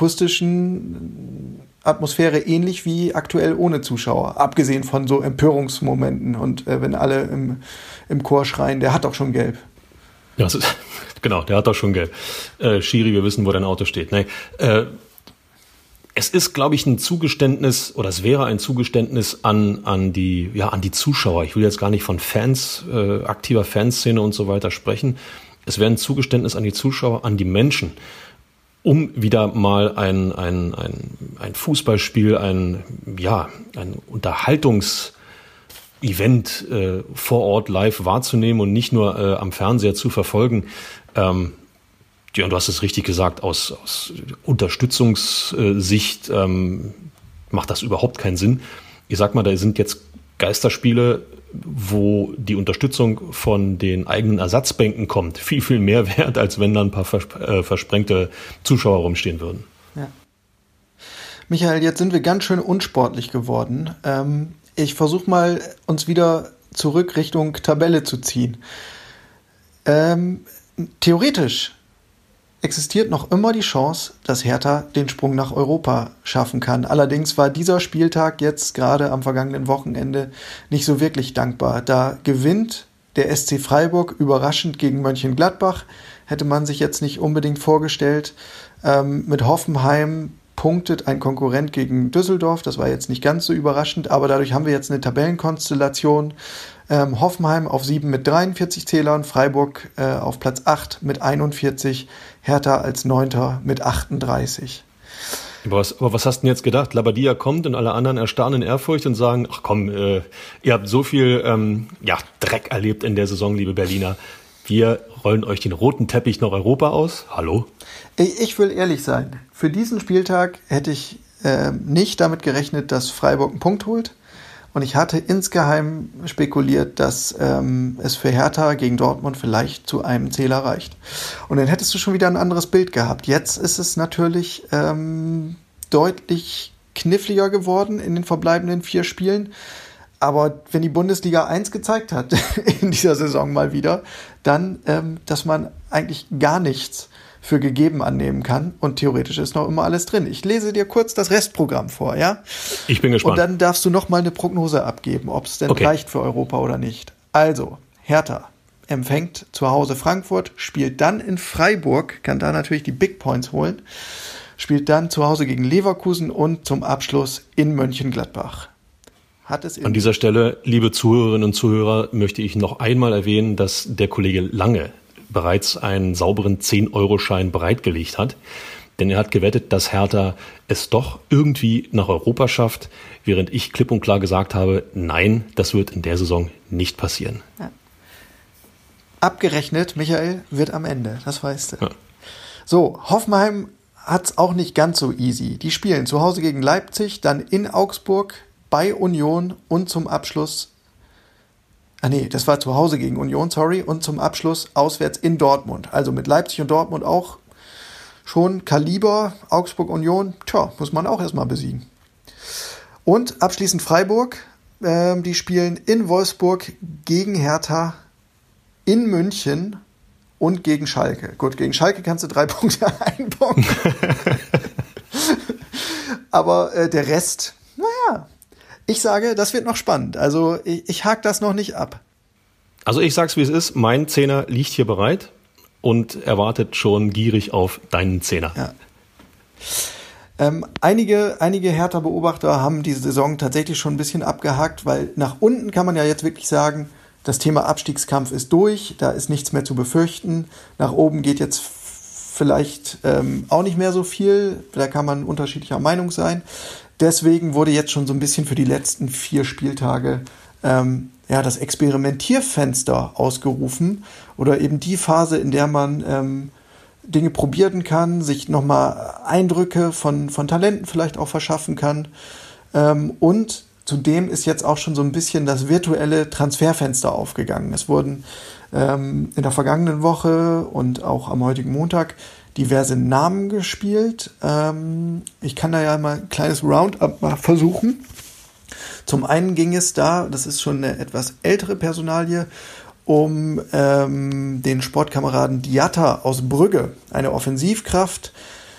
B: akustischen Atmosphäre ähnlich wie aktuell ohne Zuschauer, abgesehen von so Empörungsmomenten und äh, wenn alle im, im Chor schreien, der hat doch schon gelb.
C: Ja, das ist, genau, der hat doch schon gelb. Äh, Schiri, wir wissen, wo dein Auto steht. Nee, äh, es ist, glaube ich, ein Zugeständnis oder es wäre ein Zugeständnis an, an die, ja, an die Zuschauer. Ich will jetzt gar nicht von Fans, äh, aktiver Fanszene und so weiter sprechen. Es wäre ein Zugeständnis an die Zuschauer, an die Menschen, um wieder mal ein, ein, ein, ein Fußballspiel, ein, ja, ein Unterhaltungs- Event äh, vor Ort live wahrzunehmen und nicht nur äh, am Fernseher zu verfolgen. Ähm, ja, und du hast es richtig gesagt, aus, aus Unterstützungssicht ähm, macht das überhaupt keinen Sinn. Ich sag mal, da sind jetzt Geisterspiele, wo die Unterstützung von den eigenen Ersatzbänken kommt, viel, viel mehr wert, als wenn da ein paar vers- äh, versprengte Zuschauer rumstehen würden.
B: Ja. Michael, jetzt sind wir ganz schön unsportlich geworden. Ähm Ich versuche mal, uns wieder zurück Richtung Tabelle zu ziehen. Ähm, theoretisch existiert noch immer die Chance, dass Hertha den Sprung nach Europa schaffen kann. Allerdings war dieser Spieltag jetzt gerade am vergangenen Wochenende nicht so wirklich dankbar. Da gewinnt der S C Freiburg überraschend gegen Mönchengladbach. Hätte man sich jetzt nicht unbedingt vorgestellt. Ähm, mit Hoffenheim punktet ein Konkurrent gegen Düsseldorf. Das war jetzt nicht ganz so überraschend, aber dadurch haben wir jetzt eine Tabellenkonstellation. Ähm, Hoffenheim auf sieben mit dreiundvierzig Zählern, Freiburg äh, auf Platz acht mit einundvierzig, Hertha als Neunter mit achtunddreißig.
C: Aber was, aber was hast du denn jetzt gedacht? Labadia kommt und alle anderen erstarren in Ehrfurcht und sagen, ach komm, äh, ihr habt so viel ähm, ja, Dreck erlebt in der Saison, liebe Berliner. Wir rollen euch den roten Teppich nach Europa aus. Hallo?
B: Ich will ehrlich sein. Für diesen Spieltag hätte ich äh, nicht damit gerechnet, dass Freiburg einen Punkt holt. Und ich hatte insgeheim spekuliert, dass ähm, es für Hertha gegen Dortmund vielleicht zu einem Zähler reicht. Und dann hättest du schon wieder ein anderes Bild gehabt. Jetzt ist es natürlich ähm, deutlich kniffliger geworden in den verbleibenden vier Spielen. Aber wenn die Bundesliga eins gezeigt hat in dieser Saison mal wieder, dann, ähm, dass man eigentlich gar nichts für gegeben annehmen kann und theoretisch ist noch immer alles drin. Ich lese dir kurz das Restprogramm vor, ja?
C: Ich bin gespannt.
B: Und dann darfst du noch mal eine Prognose abgeben, ob es denn
C: okay.
B: reicht für Europa oder nicht. Also, Hertha empfängt zu Hause Frankfurt, spielt dann in Freiburg, kann da natürlich die Big Points holen, spielt dann zu Hause gegen Leverkusen und zum Abschluss in Mönchengladbach. Hat es
C: An dieser Stelle, liebe Zuhörerinnen und Zuhörer, möchte ich noch einmal erwähnen, dass der Kollege Lange bereits einen sauberen zehn-Euro-Schein bereitgelegt hat. Denn er hat gewettet, dass Hertha es doch irgendwie nach Europa schafft, während ich klipp und klar gesagt habe, nein, das wird in der Saison nicht passieren.
B: Ja. Abgerechnet, Michael, wird am Ende, das weißt du.
C: Ja.
B: So, Hoffenheim hat es auch nicht ganz so easy. Die spielen zu Hause gegen Leipzig, dann in Augsburg, bei Union und zum Abschluss Ah nee, das war zu Hause gegen Union, sorry. Und zum Abschluss auswärts in Dortmund. Also mit Leipzig und Dortmund auch schon Kaliber. Augsburg, Union, tja, muss man auch erstmal besiegen. Und abschließend Freiburg. Ähm, die spielen in Wolfsburg gegen Hertha, in München und gegen Schalke. Gut, gegen Schalke kannst du drei Punkte einbauen. Aber äh, der Rest, naja... Ich sage, das wird noch spannend. Also ich, ich hake das noch nicht ab.
C: Also ich sag's, wie es ist. Mein Zehner liegt hier bereit und erwartet schon gierig auf deinen Zehner.
B: Ja. Ähm, einige, einige Hertha-Beobachter haben diese Saison tatsächlich schon ein bisschen abgehakt, weil nach unten kann man ja jetzt wirklich sagen, das Thema Abstiegskampf ist durch, da ist nichts mehr zu befürchten. Nach oben geht jetzt vielleicht ähm, auch nicht mehr so viel, da kann man unterschiedlicher Meinung sein. Deswegen wurde jetzt schon so ein bisschen für die letzten vier Spieltage ähm, ja, das Experimentierfenster ausgerufen oder eben die Phase, in der man ähm, Dinge probieren kann, sich nochmal Eindrücke von, von Talenten vielleicht auch verschaffen kann. Ähm, und zudem ist jetzt auch schon so ein bisschen das virtuelle Transferfenster aufgegangen. Es wurden ähm, in der vergangenen Woche und auch am heutigen Montag diverse Namen gespielt. Ähm, ich kann da ja mal ein kleines Roundup mal versuchen. Zum einen ging es da, das ist schon eine etwas ältere Personalie, um ähm, den Sportkameraden Diatta aus Brügge, eine Offensivkraft,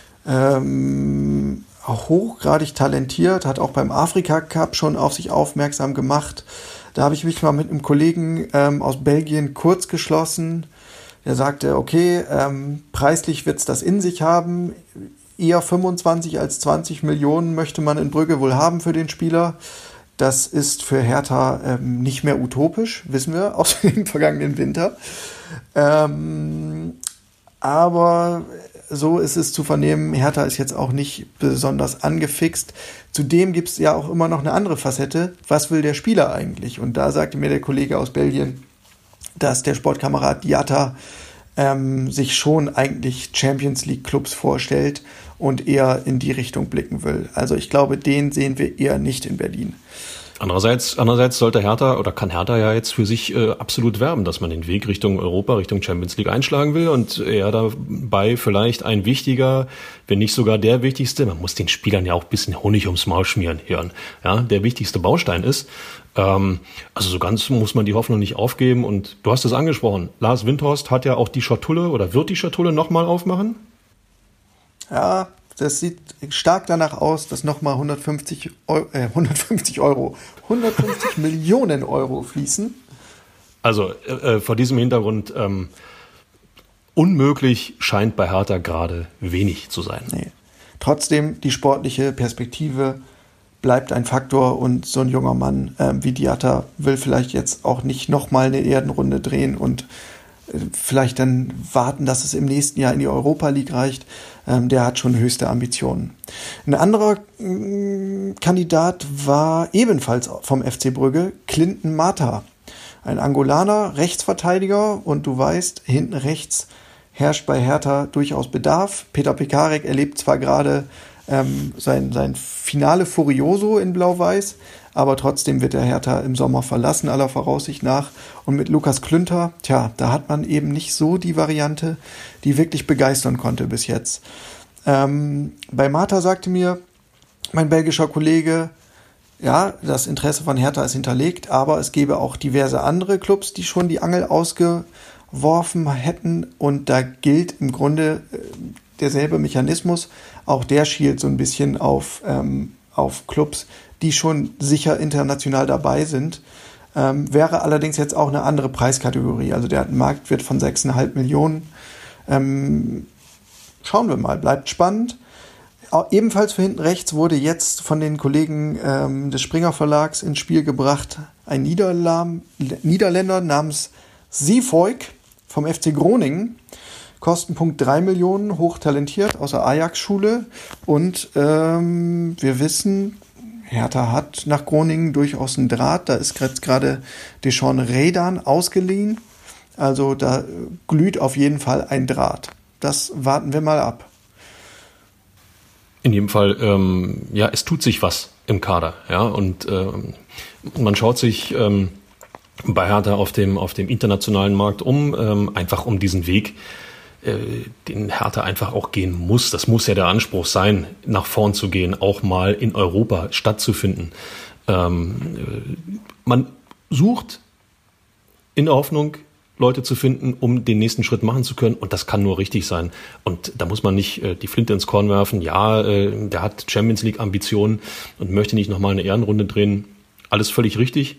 B: ähm, hochgradig talentiert, hat auch beim Afrika Cup schon auf sich aufmerksam gemacht. Da habe ich mich mal mit einem Kollegen ähm, aus Belgien kurz geschlossen. Der sagte, okay, ähm, preislich wird es das in sich haben. Eher fünfundzwanzig als zwanzig Millionen möchte man in Brügge wohl haben für den Spieler. Das ist für Hertha ähm, nicht mehr utopisch, wissen wir, aus dem vergangenen Winter. Ähm, aber so ist es zu vernehmen, Hertha ist jetzt auch nicht besonders angefixt. Zudem gibt es ja auch immer noch eine andere Facette. Was will der Spieler eigentlich? Und da sagte mir der Kollege aus Belgien, dass der Sportkamerad Diatta ähm, sich schon eigentlich Champions League Clubs vorstellt und eher in die Richtung blicken will. Also ich glaube, den sehen wir eher nicht in Berlin.
C: Andererseits, andererseits sollte Hertha oder kann Hertha ja jetzt für sich äh, absolut werben, dass man den Weg Richtung Europa, Richtung Champions League einschlagen will und er dabei vielleicht ein wichtiger, wenn nicht sogar der wichtigste, man muss den Spielern ja auch ein bisschen Honig ums Maul schmieren hören, ja, der wichtigste Baustein ist. Ähm, also so ganz muss man die Hoffnung nicht aufgeben und du hast es angesprochen, Lars Windhorst hat ja auch die Schatulle oder wird die Schatulle nochmal aufmachen?
B: Ja, das sieht stark danach aus, dass nochmal hundertfünfzig Euro, äh, hundertfünfzig Euro, hundertfünfzig Millionen Euro fließen.
C: Also äh, vor diesem Hintergrund ähm, unmöglich scheint bei Hertha gerade wenig zu sein.
B: Nee. Trotzdem, die sportliche Perspektive bleibt ein Faktor und so ein junger Mann äh, wie Diatta will vielleicht jetzt auch nicht nochmal eine Erdenrunde drehen und äh, vielleicht dann warten, dass es im nächsten Jahr in die Europa League reicht. Ähm, der hat schon höchste Ambitionen. Ein anderer äh, Kandidat war ebenfalls vom F C Brügge, Clinton Mata. Ein Angolaner, Rechtsverteidiger und du weißt, hinten rechts herrscht bei Hertha durchaus Bedarf. Peter Pekarek erlebt zwar gerade ähm, sein, sein Finale Furioso in Blau-Weiß, aber trotzdem wird der Hertha im Sommer verlassen, aller Voraussicht nach. Und mit Lukas Klünter, tja, da hat man eben nicht so die Variante, die wirklich begeistern konnte bis jetzt. Ähm, bei Mata sagte mir mein belgischer Kollege, ja, das Interesse von Hertha ist hinterlegt, aber es gäbe auch diverse andere Clubs, die schon die Angel ausgeworfen hätten. Und da gilt im Grunde äh, derselbe Mechanismus. Auch der schielt so ein bisschen auf, ähm, auf Clubs, die schon sicher international dabei sind. Ähm, wäre allerdings jetzt auch eine andere Preiskategorie. Also der Marktwert von sechs Komma fünf Millionen. Ähm, schauen wir mal, bleibt spannend. Ebenfalls für hinten rechts wurde jetzt von den Kollegen ähm, des Springer Verlags ins Spiel gebracht ein Niederlam- Niederländer namens Zeefuik vom F C Groningen. Kostenpunkt drei Millionen, hochtalentiert, aus der Ajax-Schule. Und ähm, wir wissen, Hertha hat nach Groningen durchaus einen Draht. Da ist jetzt gerade Deschon Redan ausgeliehen. Also da glüht auf jeden Fall ein Draht. Das warten wir mal ab.
C: In jedem Fall, ähm, ja, es tut sich was im Kader, ja, und ähm, man schaut sich ähm, bei Hertha auf dem auf dem internationalen Markt um, ähm, einfach um diesen Weg, äh, den Hertha einfach auch gehen muss. Das muss ja der Anspruch sein, nach vorn zu gehen, auch mal in Europa stattzufinden. Ähm, äh, man sucht in der Hoffnung, Leute zu finden, um den nächsten Schritt machen zu können. Und das kann nur richtig sein. Und da muss man nicht äh, die Flinte ins Korn werfen. Ja, äh, der hat Champions League Ambitionen und möchte nicht nochmal eine Ehrenrunde drehen. Alles völlig richtig.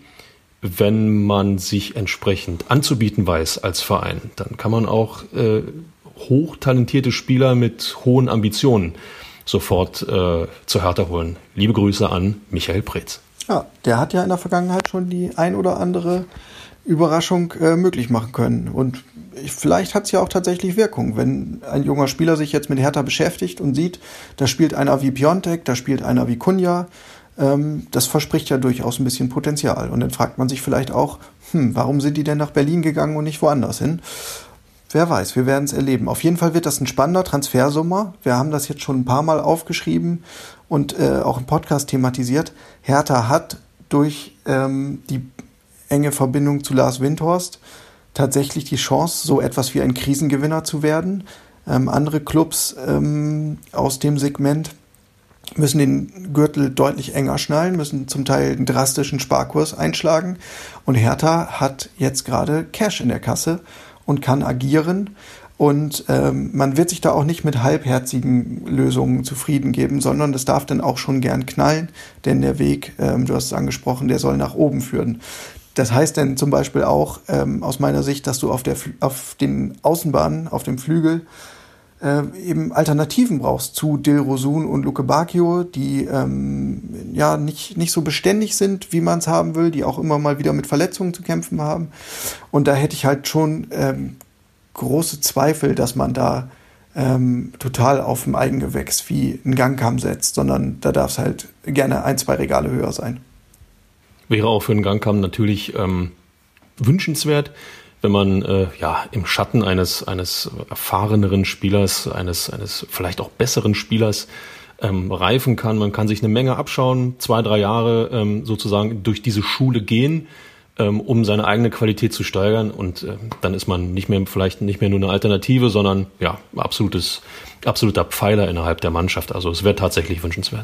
C: Wenn man sich entsprechend anzubieten weiß als Verein, dann kann man auch äh, hochtalentierte Spieler mit hohen Ambitionen sofort äh, zur Hertha holen. Liebe Grüße an Michael Preetz.
B: Ja, der hat ja in der Vergangenheit schon die ein oder andere Überraschung äh, möglich machen können. Und ich, vielleicht hat es ja auch tatsächlich Wirkung, wenn ein junger Spieler sich jetzt mit Hertha beschäftigt und sieht, da spielt einer wie Piontek, da spielt einer wie Kunja. Ähm, das verspricht ja durchaus ein bisschen Potenzial. Und dann fragt man sich vielleicht auch, hm, warum sind die denn nach Berlin gegangen und nicht woanders hin? Wer weiß, wir werden es erleben. Auf jeden Fall wird das ein spannender Transfersommer. Wir haben das jetzt schon ein paar Mal aufgeschrieben und äh, auch im Podcast thematisiert. Hertha hat durch ähm, die enge Verbindung zu Lars Windhorst tatsächlich die Chance, so etwas wie ein Krisengewinner zu werden. Ähm, andere Clubs ähm, aus dem Segment müssen den Gürtel deutlich enger schnallen, müssen zum Teil einen drastischen Sparkurs einschlagen. Und Hertha hat jetzt gerade Cash in der Kasse und kann agieren. Und ähm, man wird sich da auch nicht mit halbherzigen Lösungen zufrieden geben, sondern das darf dann auch schon gern knallen, denn der Weg, ähm, du hast es angesprochen, der soll nach oben führen. Das heißt dann zum Beispiel auch ähm, aus meiner Sicht, dass du auf, der, auf den Außenbahnen, auf dem Flügel äh, eben Alternativen brauchst zu Dilrosun und Luke Bacchio, die ähm, ja nicht, nicht so beständig sind, wie man es haben will, die auch immer mal wieder mit Verletzungen zu kämpfen haben. Und da hätte ich halt schon ähm, große Zweifel, dass man da ähm, total auf dem Eigengewächs wie ein Gangkamm setzt, sondern da darf es halt gerne ein, zwei Regale höher sein.
C: Wäre auch für einen Gangkamm natürlich ähm, wünschenswert, wenn man äh, ja im Schatten eines eines erfahreneren Spielers, eines eines vielleicht auch besseren Spielers ähm, reifen kann. Man kann sich eine Menge abschauen, zwei, drei Jahre ähm, sozusagen durch diese Schule gehen, ähm, um seine eigene Qualität zu steigern. Und äh, dann ist man nicht mehr vielleicht nicht mehr nur eine Alternative, sondern ja absolutes absoluter Pfeiler innerhalb der Mannschaft. Also es wäre tatsächlich wünschenswert.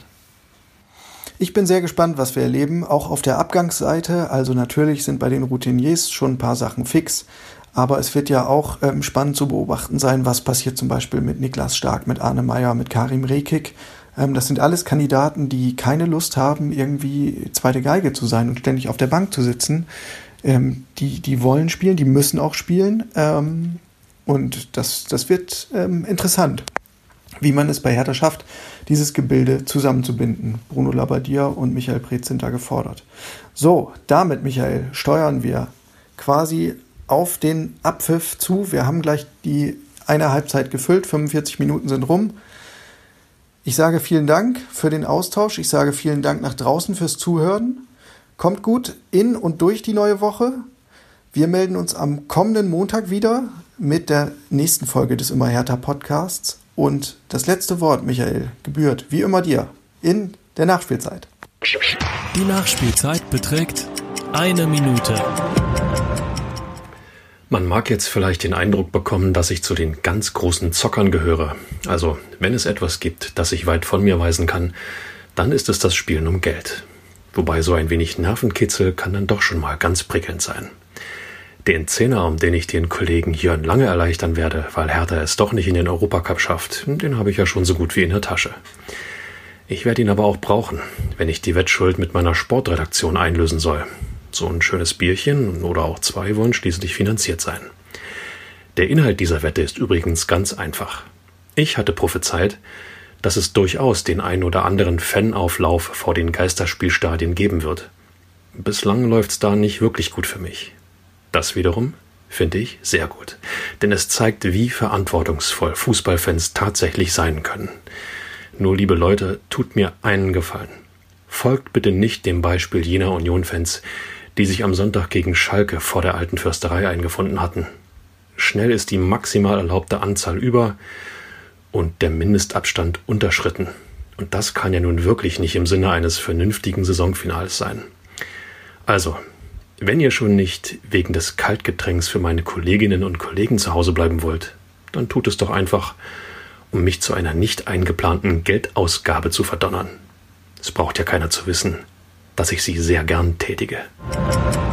B: Ich bin sehr gespannt, was wir erleben, auch auf der Abgangsseite. Also natürlich sind bei den Routiniers schon ein paar Sachen fix, aber es wird ja auch ähm, spannend zu beobachten sein, was passiert zum Beispiel mit Niklas Stark, mit Arne Meyer, mit Karim Rekik. Ähm, das sind alles Kandidaten, die keine Lust haben, irgendwie zweite Geige zu sein und ständig auf der Bank zu sitzen. Ähm, die, die wollen spielen, die müssen auch spielen ähm, und das, das wird ähm, interessant. wie man es bei Hertha schafft, dieses Gebilde zusammenzubinden. Bruno Labbadia und Michael Preetz sind da gefordert. So, damit, Michael, steuern wir quasi auf den Abpfiff zu. Wir haben gleich die eine Halbzeit gefüllt, fünfundvierzig Minuten sind rum. Ich sage vielen Dank für den Austausch. Ich sage vielen Dank nach draußen fürs Zuhören. Kommt gut in und durch die neue Woche. Wir melden uns am kommenden Montag wieder mit der nächsten Folge des Immer Hertha Podcasts. Und das letzte Wort, Michael, gebührt wie immer dir in der Nachspielzeit.
A: Die Nachspielzeit beträgt eine Minute.
C: Man mag jetzt vielleicht den Eindruck bekommen, dass ich zu den ganz großen Zockern gehöre. Also, wenn es etwas gibt, das ich weit von mir weisen kann, dann ist es das Spielen um Geld. Wobei so ein wenig Nervenkitzel kann dann doch schon mal ganz prickelnd sein. Den Zehner, um den ich den Kollegen Jörn Lange erleichtern werde, weil Hertha es doch nicht in den Europacup schafft, den habe ich ja schon so gut wie in der Tasche. Ich werde ihn aber auch brauchen, wenn ich die Wettschuld mit meiner Sportredaktion einlösen soll. So ein schönes Bierchen oder auch zwei wollen schließlich finanziert sein. Der Inhalt dieser Wette ist übrigens ganz einfach. Ich hatte prophezeit, dass es durchaus den ein oder anderen Fanauflauf vor den Geisterspielstadien geben wird. Bislang läuft's da nicht wirklich gut für mich. Das wiederum finde ich sehr gut, denn es zeigt, wie verantwortungsvoll Fußballfans tatsächlich sein können. Nur, liebe Leute, tut mir einen Gefallen. Folgt bitte nicht dem Beispiel jener Union-Fans, die sich am Sonntag gegen Schalke vor der alten Försterei eingefunden hatten. Schnell ist die maximal erlaubte Anzahl über und der Mindestabstand unterschritten. Und das kann ja nun wirklich nicht im Sinne eines vernünftigen Saisonfinals sein. Also, wenn ihr schon nicht wegen des Kaltgetränks für meine Kolleginnen und Kollegen zu Hause bleiben wollt, dann tut es doch einfach, um mich zu einer nicht eingeplanten Geldausgabe zu verdonnern. Es braucht ja keiner zu wissen, dass ich sie sehr gern tätige.